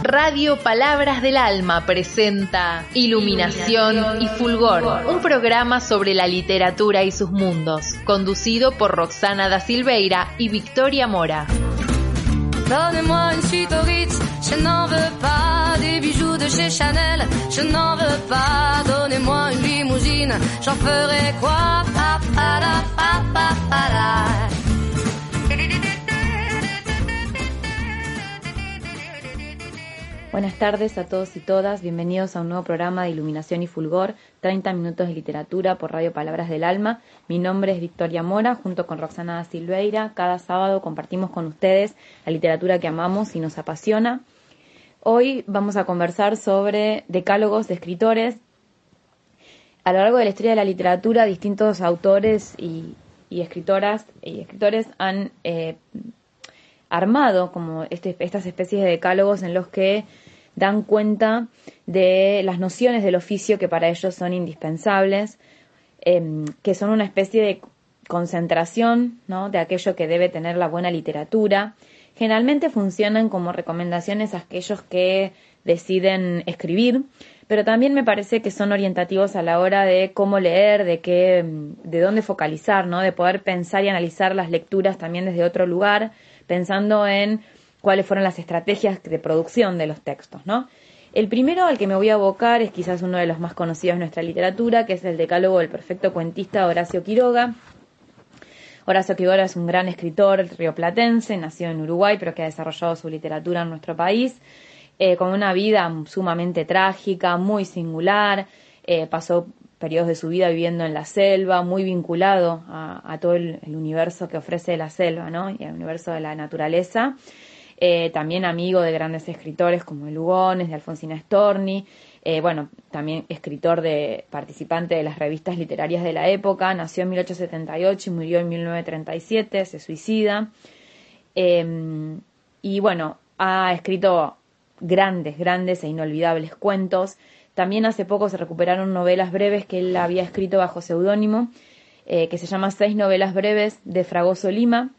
Radio Palabras del Alma presenta Iluminación y Fulgor, un programa sobre la literatura y sus mundos, conducido por Roxana da Silveira y Victoria Mora. Donnez-moi une suite au Ritz, je n'en veux pas des bijoux de chez Chanel, je n'en veux pas, donnez-moi une limousine, j'en ferai quoi, pa, para, pa, pa, para. Buenas tardes a todos y todas, bienvenidos a un nuevo programa de Iluminación y Fulgor, 30 minutos de literatura por Radio Palabras del Alma. Mi nombre es Victoria Mora, junto con Roxana da Silveira. Cada sábado compartimos con ustedes la literatura que amamos y nos apasiona. Hoy vamos a conversar sobre decálogos de escritores. A lo largo de la historia de la literatura, distintos autores y escritoras y escritores han armado como estas especies de decálogos en los que dan cuenta de las nociones del oficio que para ellos son indispensables, que son una especie de concentración, ¿no?, de aquello que debe tener la buena literatura. Generalmente funcionan como recomendaciones a aquellos que deciden escribir, pero también me parece que son orientativos a la hora de cómo leer, de dónde focalizar, ¿no?, de poder pensar y analizar las lecturas también desde otro lugar, pensando en cuáles fueron las estrategias de producción de los textos, ¿no? El primero al que me voy a abocar es quizás uno de los más conocidos de nuestra literatura, que es el Decálogo del perfecto cuentista Horacio Quiroga. Horacio Quiroga es un gran escritor rioplatense, nacido en Uruguay, pero que ha desarrollado su literatura en nuestro país, con una vida sumamente trágica, muy singular, pasó periodos de su vida viviendo en la selva, muy vinculado a todo el universo que ofrece la selva, ¿no?, y el universo de la naturaleza. También amigo de grandes escritores como Lugones, de Alfonsina Storni, también escritor participante de las revistas literarias de la época. Nació en 1878 y murió en 1937, se suicida. Ha escrito grandes e inolvidables cuentos. También hace poco se recuperaron novelas breves que él había escrito bajo seudónimo, que se llama 6 novelas breves de Fragoso Lima.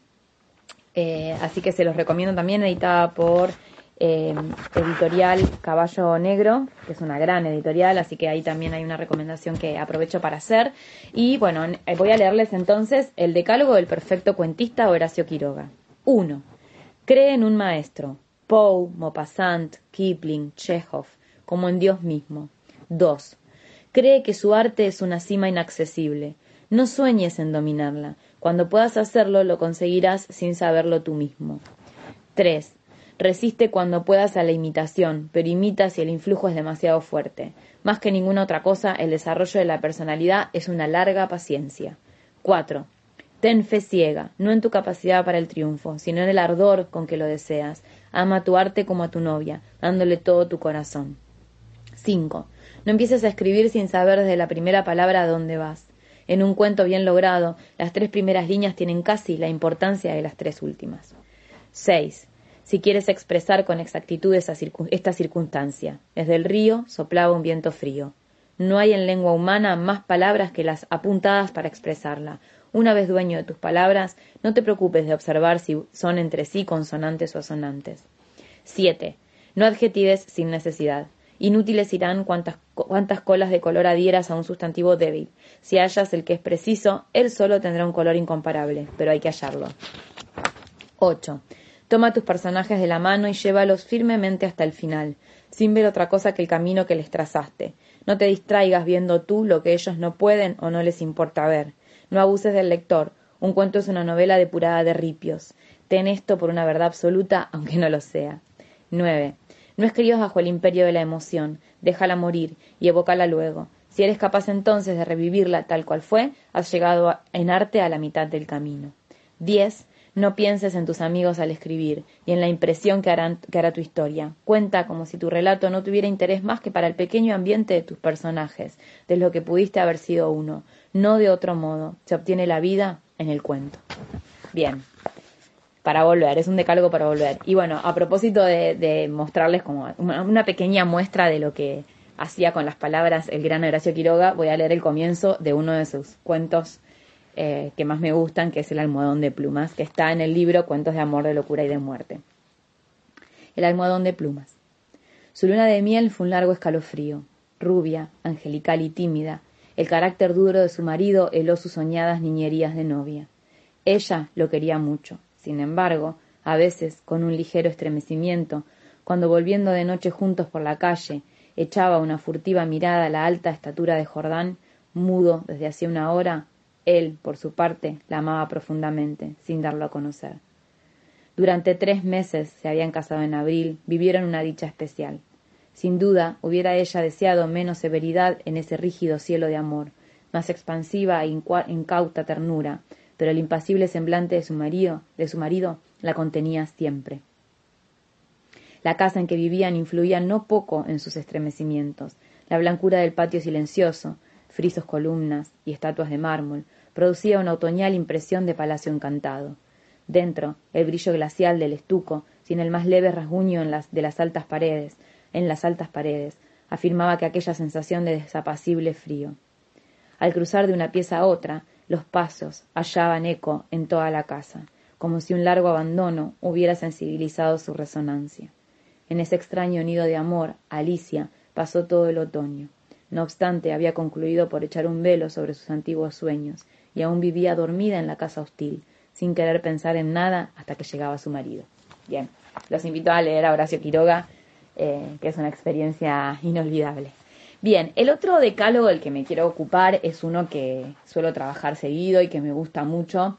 Así que se los recomiendo también, editada por Editorial Caballo Negro, que es una gran editorial, así que ahí también hay una recomendación que aprovecho para hacer. Y bueno, voy a leerles entonces el Decálogo del perfecto cuentista Horacio Quiroga. 1. Cree en un maestro, Poe, Maupassant, Kipling, Chekhov, como en Dios mismo. 2. Cree que su arte es una cima inaccesible. No sueñes en dominarla. Cuando puedas hacerlo, lo conseguirás sin saberlo tú mismo. 3. Resiste cuando puedas a la imitación, pero imita si el influjo es demasiado fuerte. Más que ninguna otra cosa, el desarrollo de la personalidad es una larga paciencia. 4. Ten fe ciega, no en tu capacidad para el triunfo, sino en el ardor con que lo deseas. Ama a tu arte como a tu novia, dándole todo tu corazón. 5. No empieces a escribir sin saber desde la primera palabra a dónde vas. En un cuento bien logrado, las 3 primeras líneas tienen casi la importancia de las 3 últimas. 6. Si quieres expresar con exactitud esta circunstancia, desde el río soplaba un viento frío. No hay en lengua humana más palabras que las apuntadas para expresarla. Una vez dueño de tus palabras, no te preocupes de observar si son entre sí consonantes o asonantes. 7. No adjetives sin necesidad. Inútiles irán cuantas colas de color adhieras a un sustantivo débil. Si hallas el que es preciso, él solo tendrá un color incomparable, pero hay que hallarlo. 8. Toma tus personajes de la mano y llévalos firmemente hasta el final, sin ver otra cosa que el camino que les trazaste. No te distraigas viendo tú lo que ellos no pueden o no les importa ver. No abuses del lector. Un cuento es una novela depurada de ripios. Ten esto por una verdad absoluta, aunque no lo sea. 9. No escribas bajo el imperio de la emoción, déjala morir y evócala luego. Si eres capaz entonces de revivirla tal cual fue, has llegado en arte a la mitad del camino. 10. No pienses en tus amigos al escribir y en la impresión que hará tu historia. Cuenta como si tu relato no tuviera interés más que para el pequeño ambiente de tus personajes, de lo que pudiste haber sido uno. No de otro modo. Se obtiene la vida en el cuento. Bien. Para volver, es un decálogo para volver. Y bueno, a propósito de mostrarles como una pequeña muestra de lo que hacía con las palabras el gran Horacio Quiroga, voy a leer el comienzo de uno de sus cuentos que más me gustan, que es El almohadón de plumas, que está en el libro Cuentos de amor, de locura y de muerte. El almohadón de plumas. Su luna de miel fue un largo escalofrío. Rubia, angelical y tímida, el carácter duro de su marido heló sus soñadas niñerías de novia. Ella lo quería mucho. Sin embargo, a veces, con un ligero estremecimiento, cuando volviendo de noche juntos por la calle, echaba una furtiva mirada a la alta estatura de Jordán, mudo desde hacía una hora, él, por su parte, la amaba profundamente, sin darlo a conocer. Durante 3 meses, se habían casado en abril, vivieron una dicha especial. Sin duda, hubiera ella deseado menos severidad en ese rígido cielo de amor, más expansiva e incauta ternura, pero el impasible semblante de su marido la contenía siempre. La casa en que vivían influía no poco en sus estremecimientos. La blancura del patio silencioso, frisos columnas y estatuas de mármol, producía una otoñal impresión de palacio encantado. Dentro, el brillo glacial del estuco, sin el más leve rasguño en las altas paredes, afirmaba que aquella sensación de desapacible frío. Al cruzar de una pieza a otra, los pasos hallaban eco en toda la casa, como si un largo abandono hubiera sensibilizado su resonancia. En ese extraño nido de amor, Alicia pasó todo el otoño. No obstante, había concluido por echar un velo sobre sus antiguos sueños, y aún vivía dormida en la casa hostil, sin querer pensar en nada hasta que llegaba su marido. Bien, los invito a leer a Horacio Quiroga, que es una experiencia inolvidable. Bien, el otro decálogo del que me quiero ocupar es uno que suelo trabajar seguido y que me gusta mucho,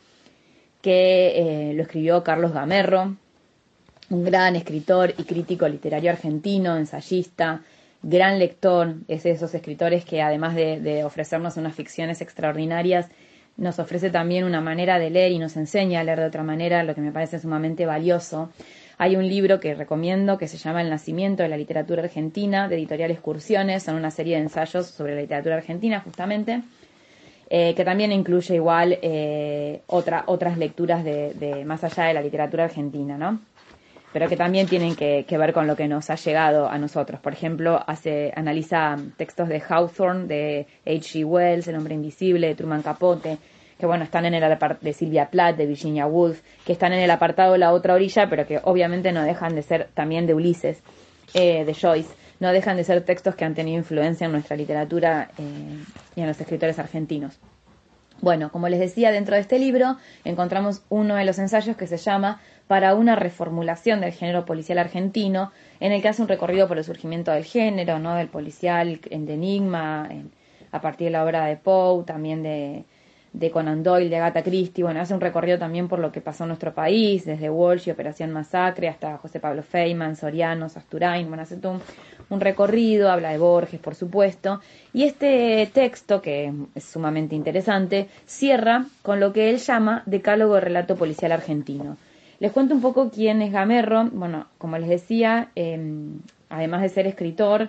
que lo escribió Carlos Gamerro, un gran escritor y crítico literario argentino, ensayista, gran lector, es de esos escritores que además de ofrecernos unas ficciones extraordinarias, nos ofrece también una manera de leer y nos enseña a leer de otra manera, lo que me parece sumamente valioso. Hay un libro que recomiendo que se llama El nacimiento de la literatura argentina, de Editorial Excursiones, son una serie de ensayos sobre la literatura argentina justamente, que también incluye igual otras lecturas de más allá de la literatura argentina, ¿no? Pero que también tienen que ver con lo que nos ha llegado a nosotros. Por ejemplo, analiza textos de Hawthorne, de H.G. Wells, El hombre invisible, de Truman Capote, que bueno, están en el apartado de Sylvia Plath, de Virginia Woolf, que están en el apartado La otra orilla, pero que obviamente no dejan de ser también de Ulises, de Joyce, no dejan de ser textos que han tenido influencia en nuestra literatura y en los escritores argentinos. Bueno, como les decía, dentro de este libro encontramos uno de los ensayos que se llama Para una reformulación del género policial argentino, en el que hace un recorrido por el surgimiento del género, ¿no? Del policial en de Enigma, a partir de la obra de Poe, también de Conan Doyle, de Agatha Christie. Bueno, hace un recorrido también por lo que pasó en nuestro país, desde Walsh y Operación Masacre hasta José Pablo Feynman, Soriano, Sasturain. Bueno, hace un recorrido, habla de Borges, por supuesto, y este texto, que es sumamente interesante, cierra con lo que él llama Decálogo de relato policial argentino. Les cuento un poco quién es Gamerro. Bueno, como les decía, además de ser escritor,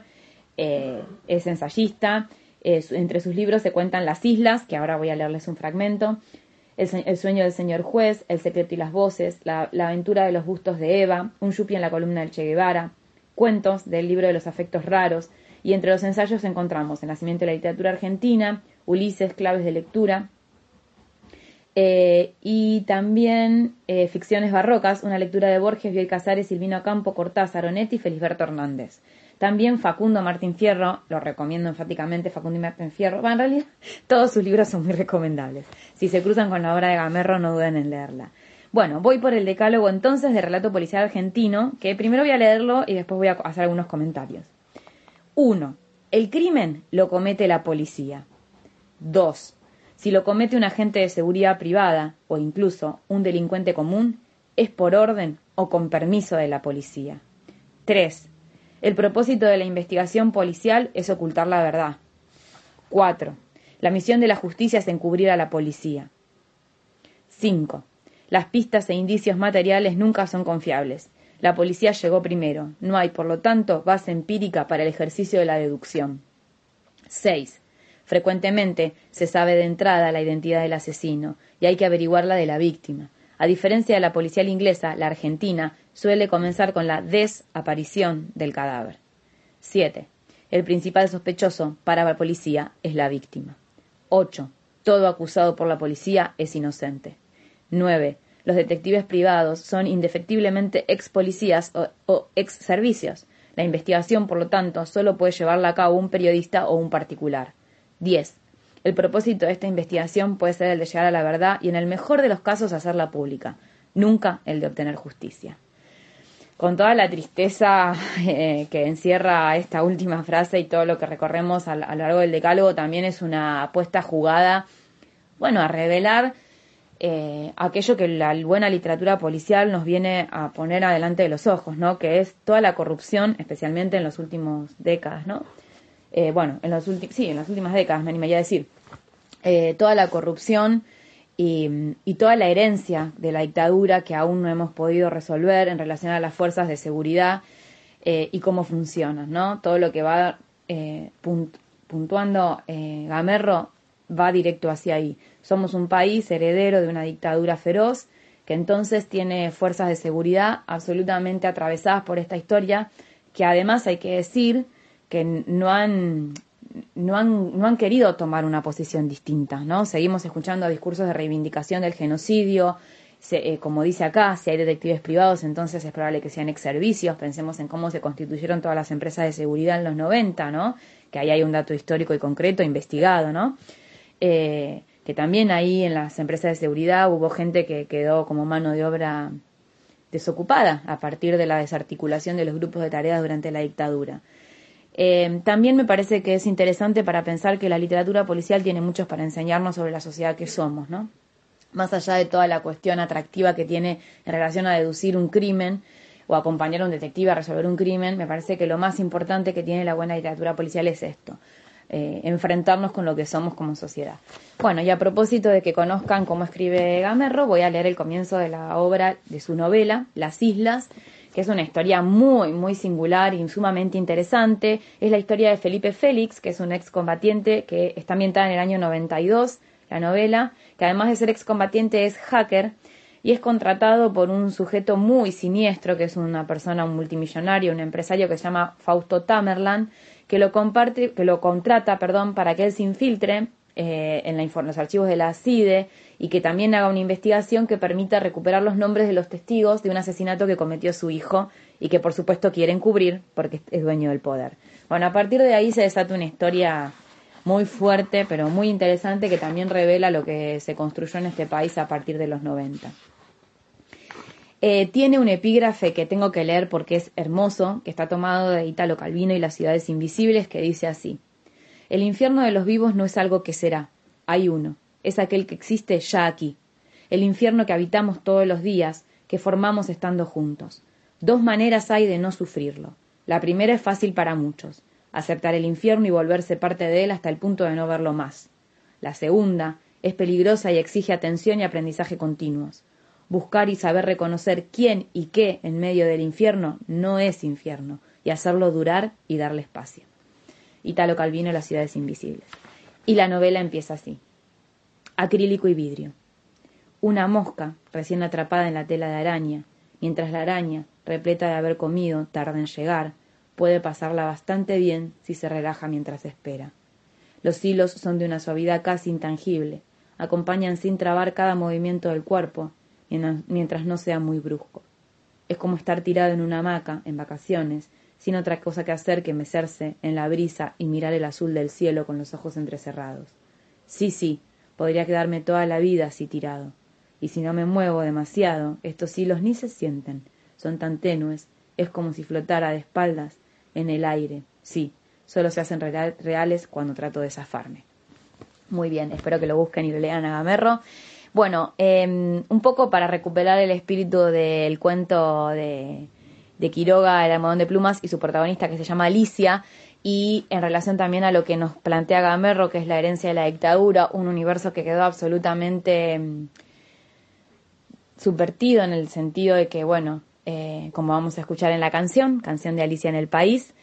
es ensayista. Entre sus libros se cuentan Las Islas, que ahora voy a leerles un fragmento, El sueño del señor juez, El secreto y las voces, la aventura de los bustos de Eva, Un yupi en la columna del Che Guevara, cuentos del libro de los afectos raros, y entre los ensayos encontramos El nacimiento de la literatura argentina, Ulises, claves de lectura, y también ficciones barrocas, una lectura de Borges, Bioy Casares, Silvino Campo, Cortázar, Onetti y Felisberto Hernández. También Facundo Martín Fierro, lo recomiendo enfáticamente, Facundo y Martín Fierro. Bueno, en realidad todos sus libros son muy recomendables. Si se cruzan con la obra de Gamerro, no duden en leerla. Bueno, voy por el decálogo entonces de relato policial argentino, que primero voy a leerlo y después voy a hacer algunos comentarios. 1. El crimen lo comete la policía. 2. Si lo comete un agente de seguridad privada o incluso un delincuente común, es por orden o con permiso de la policía. 3. El propósito de la investigación policial es ocultar la verdad. 4. La misión de la justicia es encubrir a la policía. 5. Las pistas e indicios materiales nunca son confiables. La policía llegó primero. No hay, por lo tanto, base empírica para el ejercicio de la deducción. 6. Frecuentemente se sabe de entrada la identidad del asesino y hay que averiguar la de la víctima. A diferencia de la policial inglesa, la argentina suele comenzar con la desaparición del cadáver. 7. El principal sospechoso para la policía es la víctima. 8. Todo acusado por la policía es inocente. 9. Los detectives privados son indefectiblemente ex policías o ex servicios. La investigación, por lo tanto, solo puede llevarla a cabo un periodista o un particular. 10. El propósito de esta investigación puede ser el de llegar a la verdad y, en el mejor de los casos, hacerla pública, nunca el de obtener justicia. Con toda la tristeza que encierra esta última frase y todo lo que recorremos a lo largo del decálogo, también es una apuesta jugada, a revelar aquello que la buena literatura policial nos viene a poner adelante de los ojos, ¿no? Que es toda la corrupción, especialmente en las últimas décadas, ¿no? En las últimas décadas, me animaría a decir. Toda la corrupción y toda la herencia de la dictadura que aún no hemos podido resolver en relación a las fuerzas de seguridad y cómo funcionan, ¿no? Todo lo que va puntuando Gamerro va directo hacia ahí. Somos un país heredero de una dictadura feroz que entonces tiene fuerzas de seguridad absolutamente atravesadas por esta historia, que además hay que decir que no han querido tomar una posición distinta, ¿no? Seguimos escuchando discursos de reivindicación del genocidio, como dice acá, si hay detectives privados, entonces es probable que sean ex servicios. Pensemos en cómo se constituyeron todas las empresas de seguridad en los 90, ¿no? Que ahí hay un dato histórico y concreto investigado, ¿no? Que también ahí en las empresas de seguridad hubo gente que quedó como mano de obra desocupada a partir de la desarticulación de los grupos de tareas durante la dictadura. También me parece que es interesante para pensar que la literatura policial tiene mucho para enseñarnos sobre la sociedad que somos, ¿no? Más allá de toda la cuestión atractiva que tiene en relación a deducir un crimen o acompañar a un detective a resolver un crimen, me parece que lo más importante que tiene la buena literatura policial es esto, enfrentarnos con lo que somos como sociedad. Y a propósito de que conozcan cómo escribe Gamerro, voy a leer el comienzo de la obra de su novela, Las Islas, que es una historia muy, muy singular y sumamente interesante. Es la historia de Felipe Félix, que es un excombatiente que está ambientada en el año 92, la novela, que además de ser excombatiente es hacker y es contratado por un sujeto muy siniestro, que es un multimillonario, un empresario que se llama Fausto Tamerlan, que lo contrata para que él se infiltre en los archivos de la CIDE y que también haga una investigación que permita recuperar los nombres de los testigos de un asesinato que cometió su hijo y que por supuesto quiere encubrir porque es dueño del poder. A partir de ahí se desata una historia muy fuerte pero muy interesante que también revela lo que se construyó en este país a partir de los 90. Tiene un epígrafe que tengo que leer porque es hermoso, que está tomado de Italo Calvino y Las ciudades invisibles, que dice así: el infierno de los vivos no es algo que será, hay uno, es aquel que existe ya aquí, el infierno que habitamos todos los días, que formamos estando juntos. 2 maneras hay de no sufrirlo. La primera es fácil para muchos, aceptar el infierno y volverse parte de él hasta el punto de no verlo más. La segunda es peligrosa y exige atención y aprendizaje continuos. Buscar y saber reconocer quién y qué en medio del infierno no es infierno, y hacerlo durar y darle espacio. Italo Calvino, Las ciudades invisibles. Y la novela empieza así. Acrílico y vidrio. Una mosca, recién atrapada en la tela de araña, mientras la araña, repleta de haber comido, tarda en llegar, puede pasarla bastante bien si se relaja mientras espera. Los hilos son de una suavidad casi intangible, acompañan sin trabar cada movimiento del cuerpo, mientras no sea muy brusco. Es como estar tirado en una hamaca, en vacaciones, sin otra cosa que hacer que mecerse en la brisa y mirar el azul del cielo con los ojos entrecerrados. Sí, podría quedarme toda la vida así tirado. Y si no me muevo demasiado, estos hilos ni se sienten, son tan tenues, es como si flotara de espaldas en el aire. Sí, solo se hacen reales cuando trato de zafarme. Muy bien, espero que lo busquen y lo lean a Gamerro. Un poco para recuperar el espíritu del cuento de Quiroga, El almohadón de plumas, y su protagonista que se llama Alicia, y en relación también a lo que nos plantea Gamerro, que es la herencia de la dictadura, un universo que quedó absolutamente subvertido en el sentido de que, como vamos a escuchar en la canción de Alicia en el País,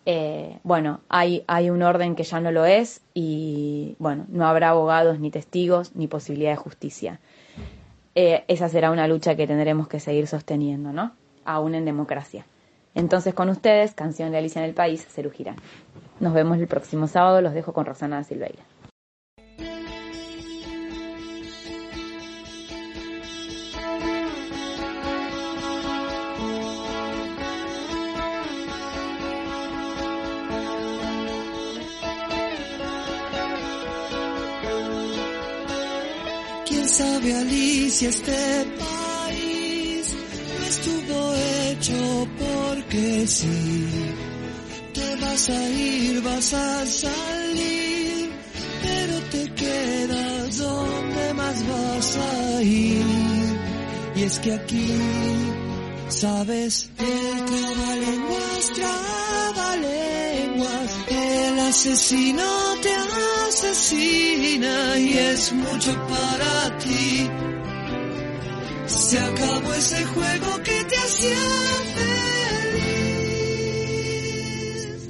hay un orden que ya no lo es y, no habrá abogados, ni testigos, ni posibilidad de justicia. Esa será una lucha que tendremos que seguir sosteniendo, ¿no? Aún en democracia. Entonces, con ustedes, canción de Alicia en el País, Serú Girán. Nos vemos el próximo sábado, los dejo con Roxana da Silveira. sabe Alicia, este país no estuvo hecho porque sí. Te vas a ir, vas a salir, pero te quedas donde más vas a ir. Y es que aquí, sabes, el trabalenguas, el asesino te asesina y es mucho para ti. Se acabó ese juego que te hacía feliz.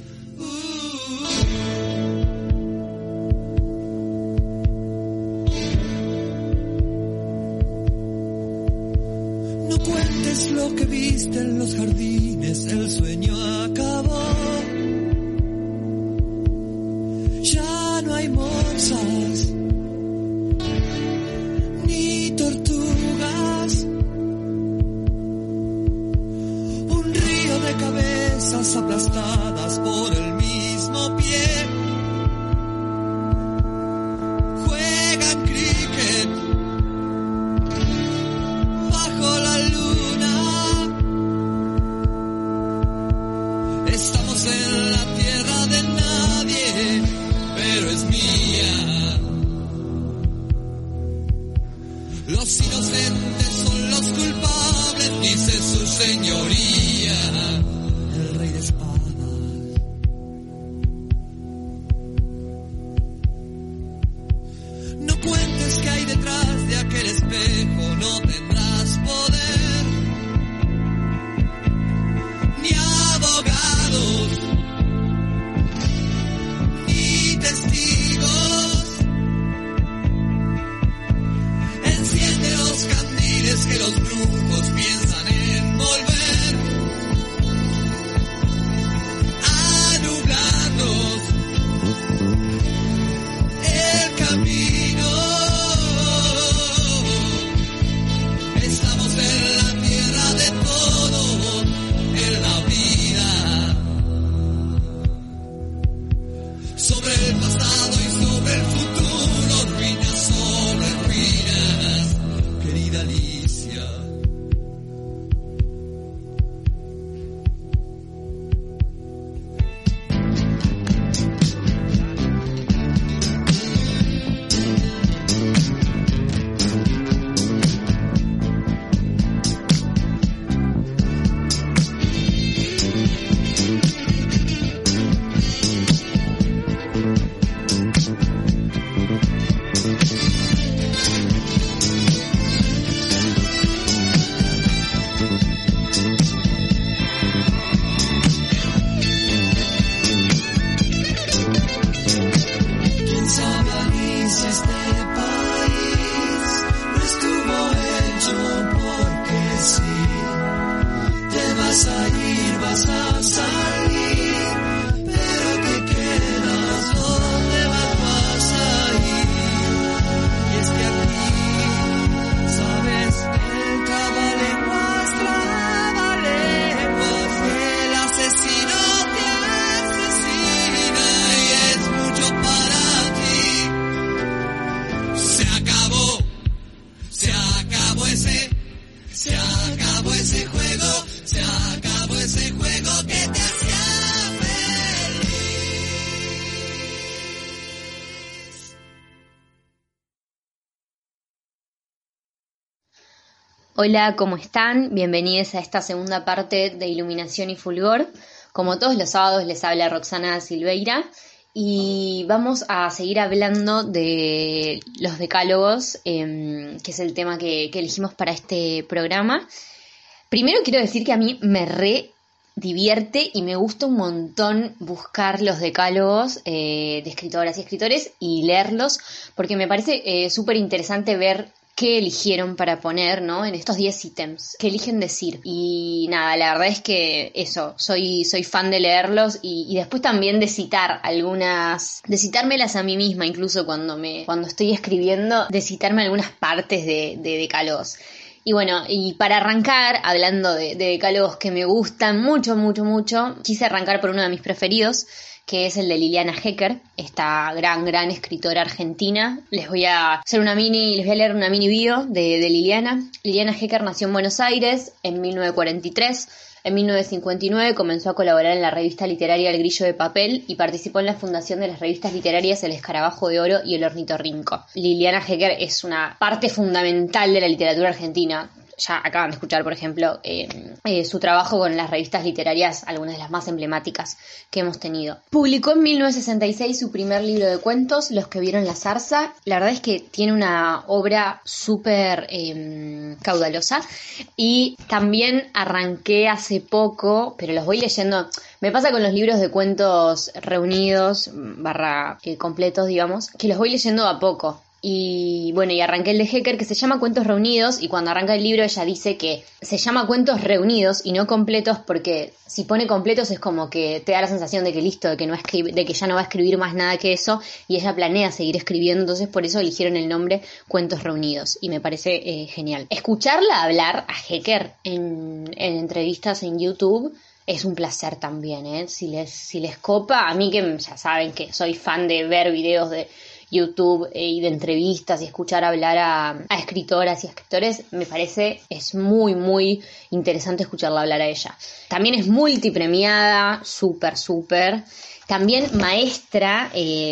No cuentes lo que viste en los jardines, el sueño acabó. Ya no hay morsas ni tortugas. Un río de cabezas aplastadas por el mismo pie. Juegan cricket bajo la luna. Estamos en la tierra de nadie, pero es mía. Los inocentes son los culpables, dice su señoría, el rey de espadas. No cuentes que hay detrás de aquel espejo, no tendrás poder, ni abogados, ni testigos. Enciende los candiles que los brujos piensan envolver, a nublarnos el camino. Estamos en la tierra de todos, en la vida. Sobre el pasado y sobre el futuro, ruinas sobre ruinas, querida Alicia. ¿Quién sabe, Alicia, este país no estuvo hecho porque sí? Te vas a ir, vas a salir, pero te quedas donde vas a ir. Y es que aquí, sabes, el trabalenguas, el asesino te asesina y es mucho para ti. Se acabó ese juego, se acabó ese juego que te hacía feliz. Hola, ¿cómo están? Bienvenidos a esta segunda parte de Iluminación y Fulgor. Como todos los sábados les habla Roxana Silveira y vamos a seguir hablando de los decálogos, que es el tema que elegimos para este programa. Primero quiero decir que a mí me divierte y me gusta un montón buscar los decálogos de escritoras y escritores y leerlos, porque me parece súper interesante ver qué eligieron para poner, ¿no? En estos 10 ítems, qué eligen decir. Y nada, la verdad es que eso, soy fan de leerlos y después también de citar algunas, de citármelas a mí misma, incluso cuando estoy escribiendo, de citarme algunas partes de decálogos. Y bueno, y para arrancar, hablando de decálogos que me gustan mucho, quise arrancar por uno de mis preferidos, que es el de Liliana Hecker, esta gran escritora argentina. Les voy a leer una mini bio de Liliana. Liliana Hecker nació en Buenos Aires en 1943. En 1959 comenzó a colaborar en la revista literaria El Grillo de Papel y participó en la fundación de las revistas literarias El Escarabajo de Oro y El Ornitorrinco. Liliana Hecker es una parte fundamental de la literatura argentina. Ya acaban de escuchar, por ejemplo, su trabajo con las revistas literarias, algunas de las más emblemáticas que hemos tenido. Publicó en 1966 su primer libro de cuentos, Los que vieron la zarza. La verdad es que tiene una obra súper caudalosa. Y también arranqué hace poco, pero los voy leyendo. Me pasa con los libros de cuentos reunidos, completos, digamos, que los voy leyendo a poco. Y bueno, y arranqué el de Hecker, que se llama Cuentos Reunidos, y cuando arranca el libro ella dice que se llama Cuentos Reunidos y no completos, porque si pone completos es como que te da la sensación de que listo, de que ya no va a escribir más nada que eso, y ella planea seguir escribiendo, entonces por eso eligieron el nombre Cuentos Reunidos, y me parece genial. Escucharla hablar a Hecker en entrevistas en YouTube es un placer también, ¿eh? Si les copa, a mí que ya saben que soy fan de ver videos de YouTube y de entrevistas y escuchar hablar a escritoras y escritores, me parece es muy interesante escucharla hablar a ella. También es multipremiada, súper. También maestra,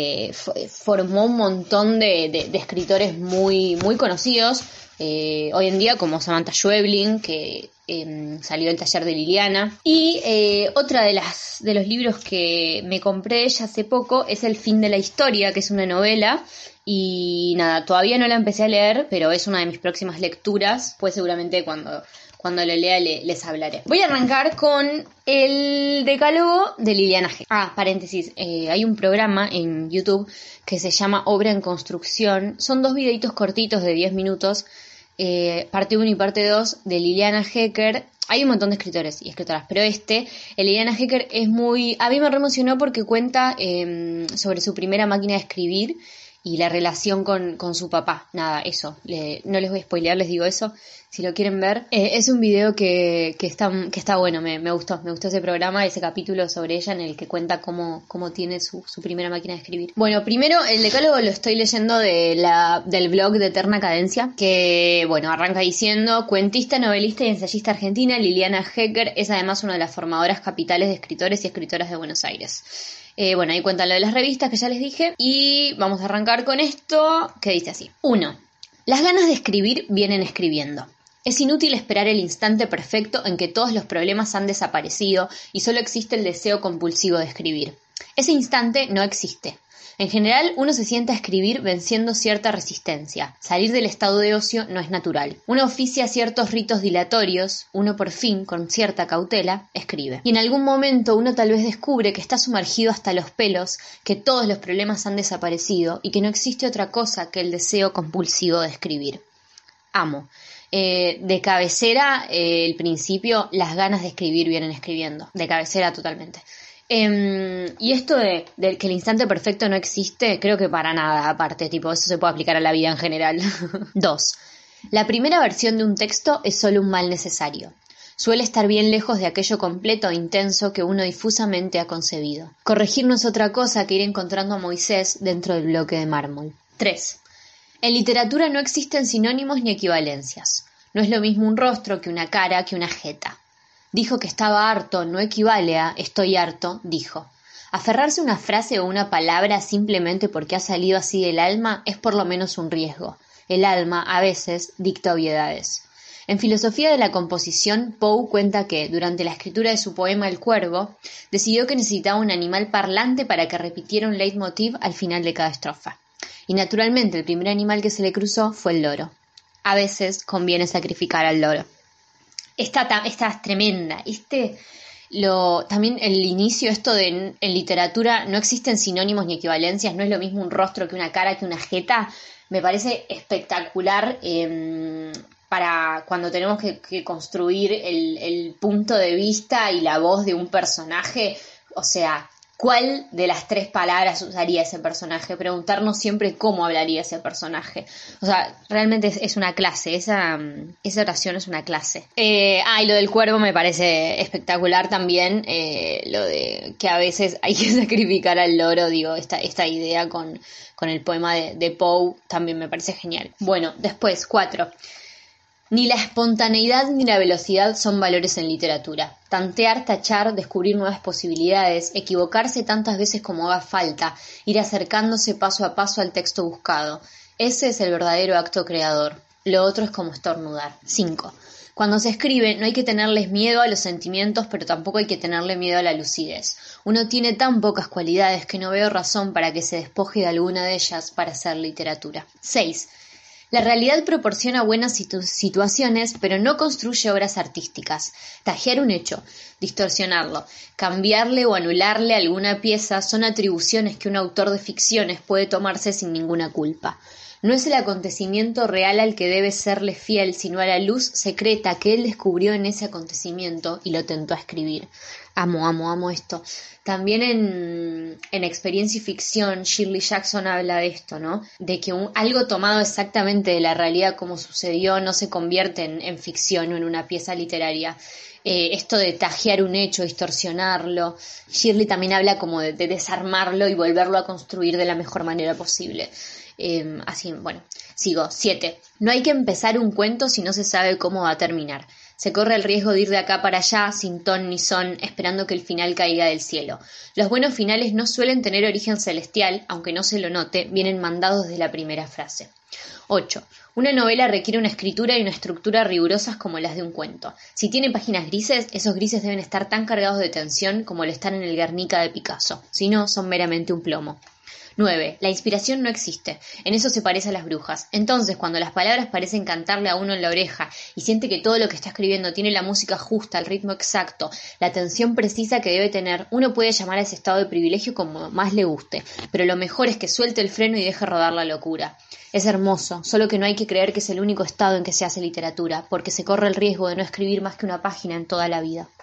formó un montón de escritores muy conocidos, hoy en día, como Samantha Schweblin, que salió del taller de Liliana. Y otra de los libros que me compré ya hace poco es El fin de la historia, que es una novela. Y nada, todavía no la empecé a leer, pero es una de mis próximas lecturas. Pues seguramente cuando lo lea les hablaré. Voy a arrancar con el decálogo de Liliana Hecker. Paréntesis, hay un programa en YouTube que se llama Obra en Construcción. Son 2 videitos cortitos de 10 minutos, parte 1 y parte 2 de Liliana Hecker. Hay un montón de escritores y escritoras, pero Liliana Hecker a mí me re emocionó porque cuenta sobre su primera máquina de escribir y la relación con su papá. Nada, eso. No les voy a spoilear, les digo eso. Si lo quieren ver, es un video que está bueno. Me gustó ese programa, ese capítulo sobre ella en el que cuenta cómo tiene su primera máquina de escribir. Bueno, primero el decálogo lo estoy leyendo del blog de Eterna Cadencia, que bueno, arranca diciendo: cuentista, novelista y ensayista argentina, Liliana Hecker es además una de las formadoras capitales de escritores y escritoras de Buenos Aires. Bueno, ahí cuentan lo de las revistas que ya les dije. Y vamos a arrancar con esto, que dice así. 1. Las ganas de escribir vienen escribiendo. Es inútil esperar el instante perfecto en que todos los problemas han desaparecido y solo existe el deseo compulsivo de escribir. Ese instante no existe. En general, uno se sienta a escribir venciendo cierta resistencia. Salir del estado de ocio no es natural. Uno oficia ciertos ritos dilatorios, uno por fin, con cierta cautela, escribe. Y en algún momento uno tal vez descubre que está sumergido hasta los pelos, que todos los problemas han desaparecido y que no existe otra cosa que el deseo compulsivo de escribir. Amo. De cabecera, el principio, las ganas de escribir vienen escribiendo. De cabecera totalmente. Y esto de que el instante perfecto no existe, creo que para nada, aparte, eso se puede aplicar a la vida en general. 2. La primera versión de un texto es solo un mal necesario. Suele estar bien lejos de aquello completo e intenso que uno difusamente ha concebido. Corregir no es otra cosa que ir encontrando a Moisés dentro del bloque de mármol. 3. En literatura no existen sinónimos ni equivalencias. No es lo mismo un rostro que una cara que una jeta. Dijo que estaba harto no equivale a estoy harto, dijo. Aferrarse a una frase o una palabra simplemente porque ha salido así del alma es por lo menos un riesgo. El alma, a veces, dicta obviedades. En Filosofía de la Composición, Poe cuenta que, durante la escritura de su poema El Cuervo, decidió que necesitaba un animal parlante para que repitiera un leitmotiv al final de cada estrofa. Y naturalmente el primer animal que se le cruzó fue el loro. A veces conviene sacrificar al loro. Esta es tremenda. También el inicio, esto de en literatura no existen sinónimos ni equivalencias, no es lo mismo un rostro que una cara que una jeta, me parece espectacular para cuando tenemos que construir el punto de vista y la voz de un personaje. O sea, ¿Cuál de las 3 palabras usaría ese personaje? Preguntarnos siempre cómo hablaría ese personaje. O sea, realmente es una clase, esa oración es una clase. Y lo del cuervo me parece espectacular también, lo de que a veces hay que sacrificar al loro, digo, esta idea con el poema de Poe también me parece genial. Bueno, después, 4. Ni la espontaneidad ni la velocidad son valores en literatura. Tantear, tachar, descubrir nuevas posibilidades, equivocarse tantas veces como haga falta, ir acercándose paso a paso al texto buscado. Ese es el verdadero acto creador. Lo otro es como estornudar. 5. Cuando se escribe no hay que tenerles miedo a los sentimientos, pero tampoco hay que tenerle miedo a la lucidez. Uno tiene tan pocas cualidades que no veo razón para que se despoje de alguna de ellas para hacer literatura. 6. La realidad proporciona buenas situaciones, pero no construye obras artísticas. Tajear un hecho, distorsionarlo, cambiarle o anularle alguna pieza son atribuciones que un autor de ficciones puede tomarse sin ninguna culpa. No es el acontecimiento real al que debe serle fiel, sino a la luz secreta que él descubrió en ese acontecimiento y lo tentó a escribir. Amo esto. También en Experiencia y Ficción, Shirley Jackson habla de esto, ¿no? De que algo tomado exactamente de la realidad como sucedió no se convierte en ficción o en una pieza literaria. Esto de tajear un hecho, distorsionarlo. Shirley también habla como de desarmarlo y volverlo a construir de la mejor manera posible. Así, bueno, sigo. 7. No hay que empezar un cuento si no se sabe cómo va a terminar. Se corre el riesgo de ir de acá para allá, sin ton ni son, esperando que el final caiga del cielo. Los buenos finales no suelen tener origen celestial, aunque no se lo note, vienen mandados desde la primera frase. 8. Una novela requiere una escritura y una estructura rigurosas como las de un cuento. Si tiene páginas grises, esos grises deben estar tan cargados de tensión como lo están en el Guernica de Picasso. Si no, son meramente un plomo. 9. La inspiración no existe. En eso se parece a las brujas. Entonces, cuando las palabras parecen cantarle a uno en la oreja y siente que todo lo que está escribiendo tiene la música justa, el ritmo exacto, la tensión precisa que debe tener, uno puede llamar a ese estado de privilegio como más le guste. Pero lo mejor es que suelte el freno y deje rodar la locura. Es hermoso, solo que no hay que creer que es el único estado en que se hace literatura, porque se corre el riesgo de no escribir más que una página en toda la vida.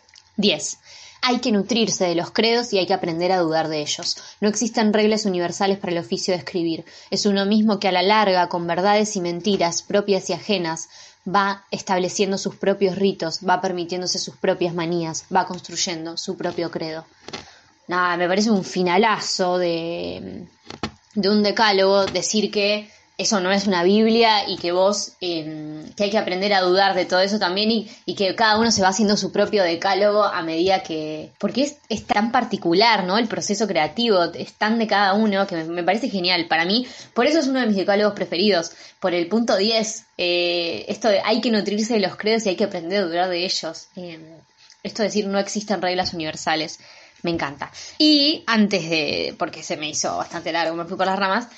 10. Hay que nutrirse de los credos y hay que aprender a dudar de ellos. No existen reglas universales para el oficio de escribir. Es uno mismo que a la larga, con verdades y mentiras, propias y ajenas, va estableciendo sus propios ritos, va permitiéndose sus propias manías, va construyendo su propio credo. Nada, me parece un finalazo de un decálogo decir que eso no es una Biblia y que vos, que hay que aprender a dudar de todo eso también y que cada uno se va haciendo su propio decálogo a medida que... Porque es tan particular, ¿no? El proceso creativo es tan de cada uno que me parece genial. Para mí, por eso es uno de mis decálogos preferidos. Por el punto 10, esto de hay que nutrirse de los credos y hay que aprender a dudar de ellos. Esto de decir no existen reglas universales. Me encanta. Y antes de... porque se me hizo bastante largo, me fui por las ramas...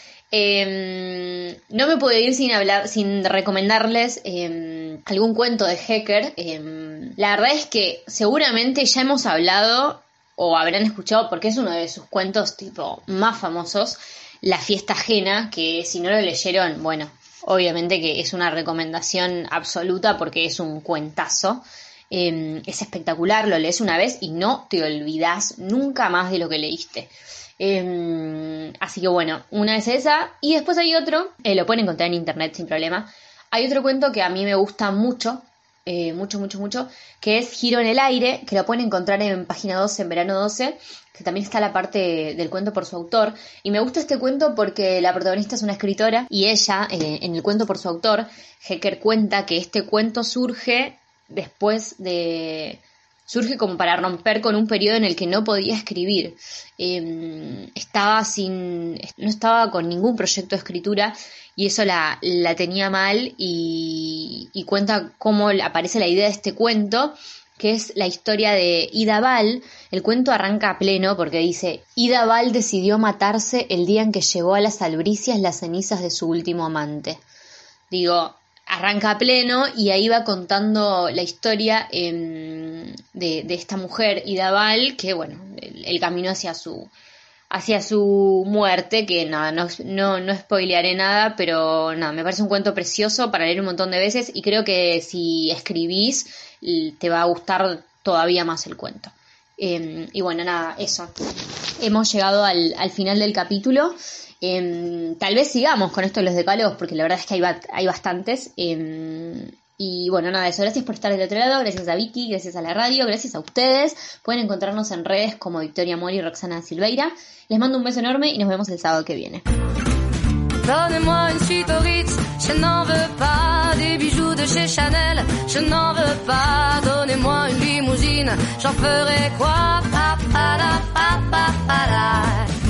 no me puedo ir sin recomendarles algún cuento de Hecker. La verdad es que seguramente ya hemos hablado o habrán escuchado, porque es uno de sus cuentos tipo más famosos, La fiesta ajena, que si no lo leyeron, bueno, obviamente que es una recomendación absoluta porque es un cuentazo. Es espectacular, lo lees una vez y no te olvidás nunca más de lo que leíste. Así que bueno, una es esa. Y después hay otro, lo pueden encontrar en internet sin problema. Hay otro cuento que a mí me gusta mucho, mucho, que es Giro en el aire, que lo pueden encontrar en página 12, en verano 12, que también está la parte del cuento por su autor. Y me gusta este cuento porque la protagonista es una escritora y ella, en el cuento por su autor, Hecker cuenta que este cuento surge como para romper con un periodo en el que no podía escribir. No estaba con ningún proyecto de escritura y eso la tenía mal y cuenta cómo aparece la idea de este cuento, que es la historia de Ida Ball. El cuento arranca a pleno porque dice: Ida Ball decidió matarse el día en que llevó a las albricias las cenizas de su último amante. Digo, arranca a pleno y ahí va contando la historia de esta mujer, Ida Ball, que bueno, el camino hacia su muerte, que nada, no spoilearé nada, pero nada, me parece un cuento precioso para leer un montón de veces y creo que si escribís te va a gustar todavía más el cuento. Y bueno, nada, eso. Hemos llegado al final del capítulo. Tal vez sigamos con esto de los decálogos, porque la verdad es que hay bastantes. Y bueno, nada, eso. Gracias por estar del otro lado, gracias a Vicky, gracias a la radio, gracias a ustedes. Pueden encontrarnos en redes como Victoria Mori y Roxana da Silveira. Les mando un beso enorme y nos vemos el sábado que viene. Donnez-moi une suite au Ritz, je n'en veux pas. Des bijoux de chez Chanel, je n'en veux pas. Donnez-moi une limousine, j'en ferai quoi? Pa, pa, la, pa, pa, pa, la.